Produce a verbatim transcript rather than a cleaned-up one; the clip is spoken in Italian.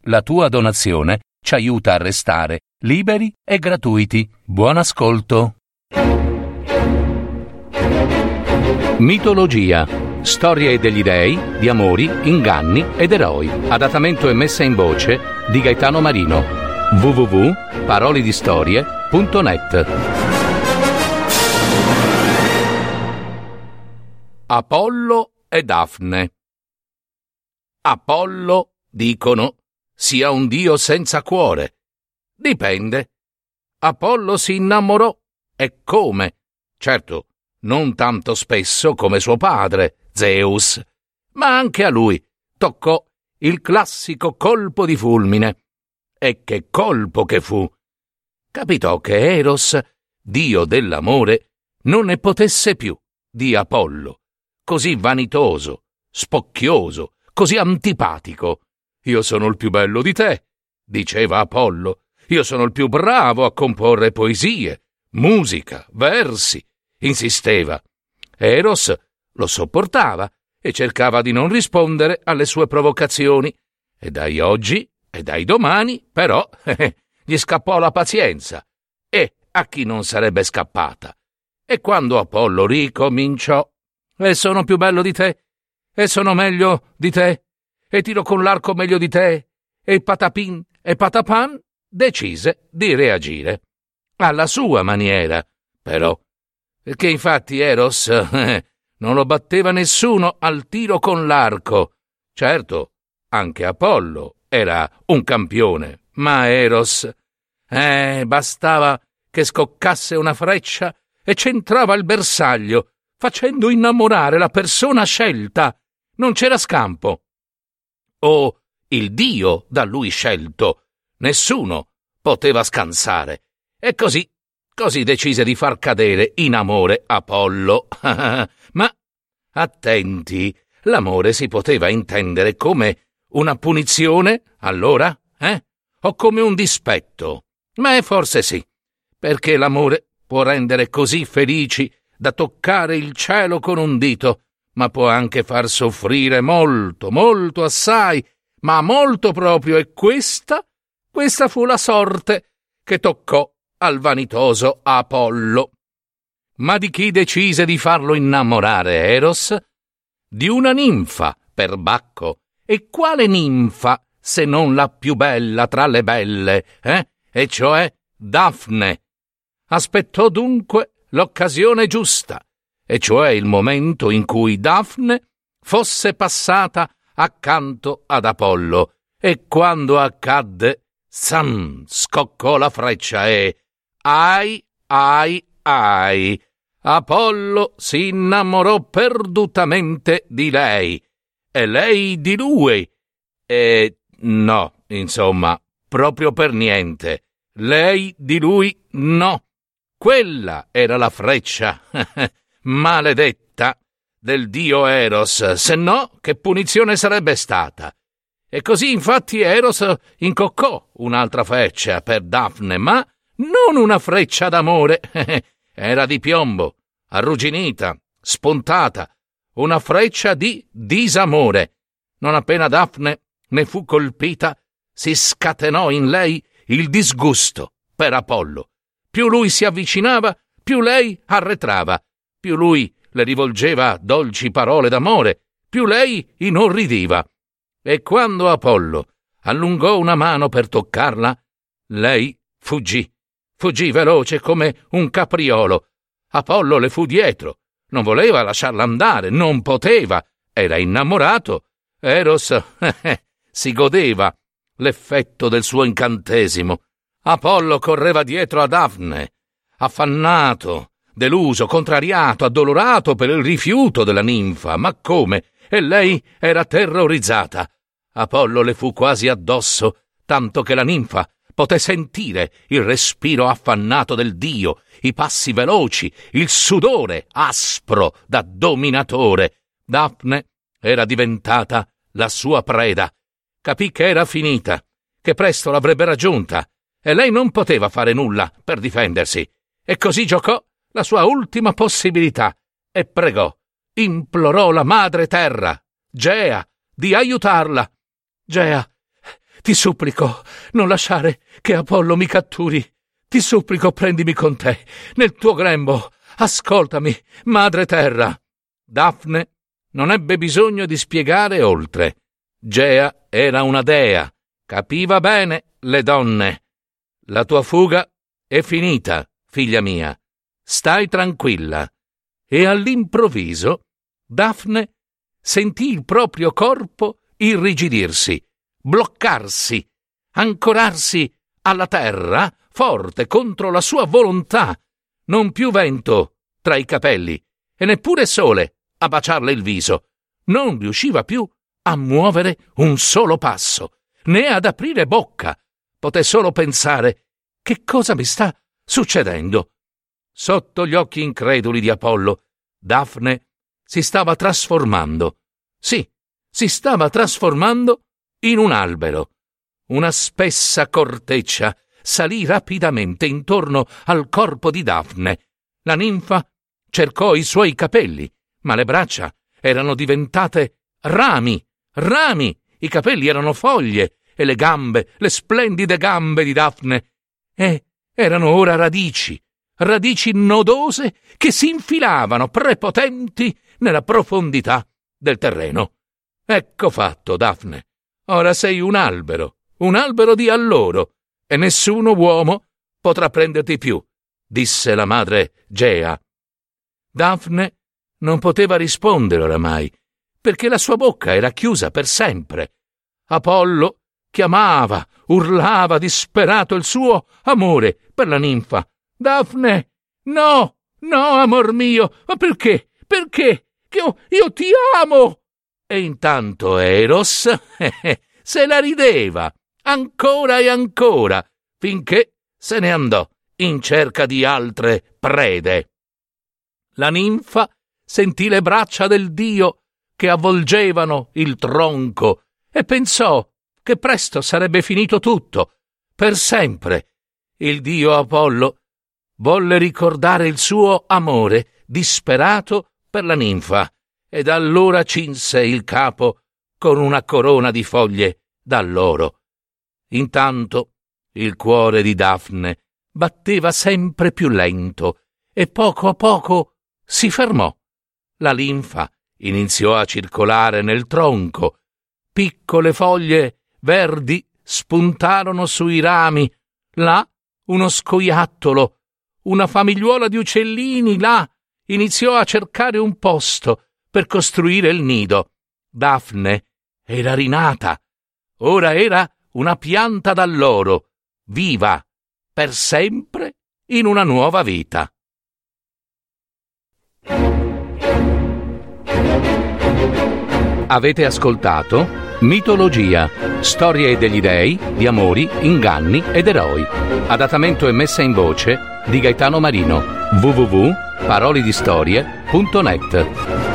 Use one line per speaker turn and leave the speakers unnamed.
La tua donazione ci aiuta a restare liberi e gratuiti. Buon ascolto. Mitologia. Storie degli dei, di amori, inganni ed eroi. Adattamento e messa in voce di Gaetano Marino. w w w punto parolidistorie punto net. Apollo e Dafne. Apollo, dicono, sia un dio senza cuore. Dipende. Apollo si innamorò. E come? Certo, non tanto spesso come suo padre, Zeus, ma anche a lui toccò il classico colpo di fulmine. E che colpo che fu! Capitò che Eros, dio dell'amore, non ne potesse più di Apollo, così vanitoso, spocchioso, così antipatico. Io sono il più bello di te, diceva Apollo. Io sono il più bravo a comporre poesie, musica, versi, insisteva. Eros lo sopportava e cercava di non rispondere alle sue provocazioni. E dai oggi e dai domani, però, gli scappò la pazienza. E a chi non sarebbe scappata? E quando Apollo ricominciò: e sono più bello di te, e sono meglio di te, e tiro con l'arco meglio di te, e patapin e patapan, decise di reagire. Alla sua maniera, però, perché infatti Eros eh, non lo batteva nessuno al tiro con l'arco. Certo, anche Apollo era un campione, ma Eros, eh, bastava che scoccasse una freccia e centrava il bersaglio, facendo innamorare la persona scelta. Non c'era scampo. O il dio da lui scelto. Nessuno poteva scansare. E così, così decise di far cadere in amore Apollo. Ma, attenti, l'amore si poteva intendere come una punizione, allora, eh? O come un dispetto? Ma forse sì, perché l'amore può rendere così felici da toccare il cielo con un dito, ma può anche far soffrire molto, molto assai, ma molto proprio, e questa, questa fu la sorte che toccò al vanitoso Apollo. Ma di chi decise di farlo innamorare Eros? Di una ninfa, per Bacco. E quale ninfa, se non la più bella tra le belle, eh? E cioè Dafne. Aspettò dunque l'occasione giusta, e cioè il momento in cui Dafne fosse passata accanto ad Apollo, e quando accadde, san, scoccò la freccia e ai, ai, ai, Apollo si innamorò perdutamente di lei, e lei di lui, e no, insomma, proprio per niente, lei di lui no. Quella era la freccia, maledetta, del dio Eros, se no che punizione sarebbe stata. E così infatti Eros incoccò un'altra freccia per Dafne, ma non una freccia d'amore, era di piombo, arrugginita, spuntata, una freccia di disamore. Non appena Dafne ne fu colpita, si scatenò in lei il disgusto per Apollo. Più lui si avvicinava, più lei arretrava, più lui le rivolgeva dolci parole d'amore, più lei inorridiva. E quando Apollo allungò una mano per toccarla, lei fuggì, fuggì veloce come un capriolo. Apollo le fu dietro, non voleva lasciarla andare, non poteva, era innamorato. Eros si godeva l'effetto del suo incantesimo. Apollo correva dietro a Dafne, affannato, deluso, contrariato, addolorato per il rifiuto della ninfa. Ma come? E lei era terrorizzata. Apollo le fu quasi addosso, tanto che la ninfa poté sentire il respiro affannato del dio, i passi veloci, il sudore aspro da dominatore. Dafne era diventata la sua preda. Capì che era finita, che presto l'avrebbe raggiunta, e lei non poteva fare nulla per difendersi. E così giocò la sua ultima possibilità e pregò, implorò la madre terra, Gea, di aiutarla. Gea, ti supplico, non lasciare che Apollo mi catturi. Ti supplico, prendimi con te, nel tuo grembo. Ascoltami, madre terra. Dafne non ebbe bisogno di spiegare oltre. Gea era una dea, capiva bene le donne. La tua fuga è finita, figlia mia. Stai tranquilla. E all'improvviso Dafne sentì il proprio corpo irrigidirsi, bloccarsi, ancorarsi alla terra forte contro la sua volontà. Non più vento tra i capelli e neppure sole a baciarle il viso. Non riusciva più a muovere un solo passo, né ad aprire bocca. Poté solo pensare: che cosa mi sta succedendo? Sotto gli occhi increduli di Apollo, Dafne si stava trasformando. Sì, si stava trasformando in un albero. Una spessa corteccia salì rapidamente intorno al corpo di Dafne. La ninfa cercò i suoi capelli, ma le braccia erano diventate rami, rami. I capelli erano foglie e le gambe, le splendide gambe di Dafne, eh, erano ora radici, radici nodose che si infilavano prepotenti nella profondità del terreno. Ecco fatto, Dafne. Ora sei un albero, un albero di alloro, e nessuno uomo potrà prenderti più, disse la madre Gea. Dafne non poteva rispondere oramai, perché la sua bocca era chiusa per sempre. Apollo chiamava, urlava disperato il suo amore per la ninfa. Dafne, no, no, amor mio, ma perché? Perché? Che io, io ti amo! E intanto Eros se la rideva, ancora e ancora, finché se ne andò in cerca di altre prede. La ninfa sentì le braccia del dio che avvolgevano il tronco e pensò che presto sarebbe finito tutto, per sempre. Il dio Apollo volle ricordare il suo amore disperato per la ninfa ed allora cinse il capo con una corona di foglie d'alloro. Intanto il cuore di Dafne batteva sempre più lento e poco a poco si fermò. La linfa iniziò a circolare nel tronco. Piccole foglie verdi spuntarono sui rami. Là uno scoiattolo, una famigliuola di uccellini là iniziò a cercare un posto per costruire il nido. Dafne era rinata. Ora era una pianta d'alloro, viva, per sempre, in una nuova vita.
Avete ascoltato Mitologia, storie degli dei, di amori, inganni ed eroi. Adattamento e messa in voce di Gaetano Marino. w w w punto parolidistorie punto net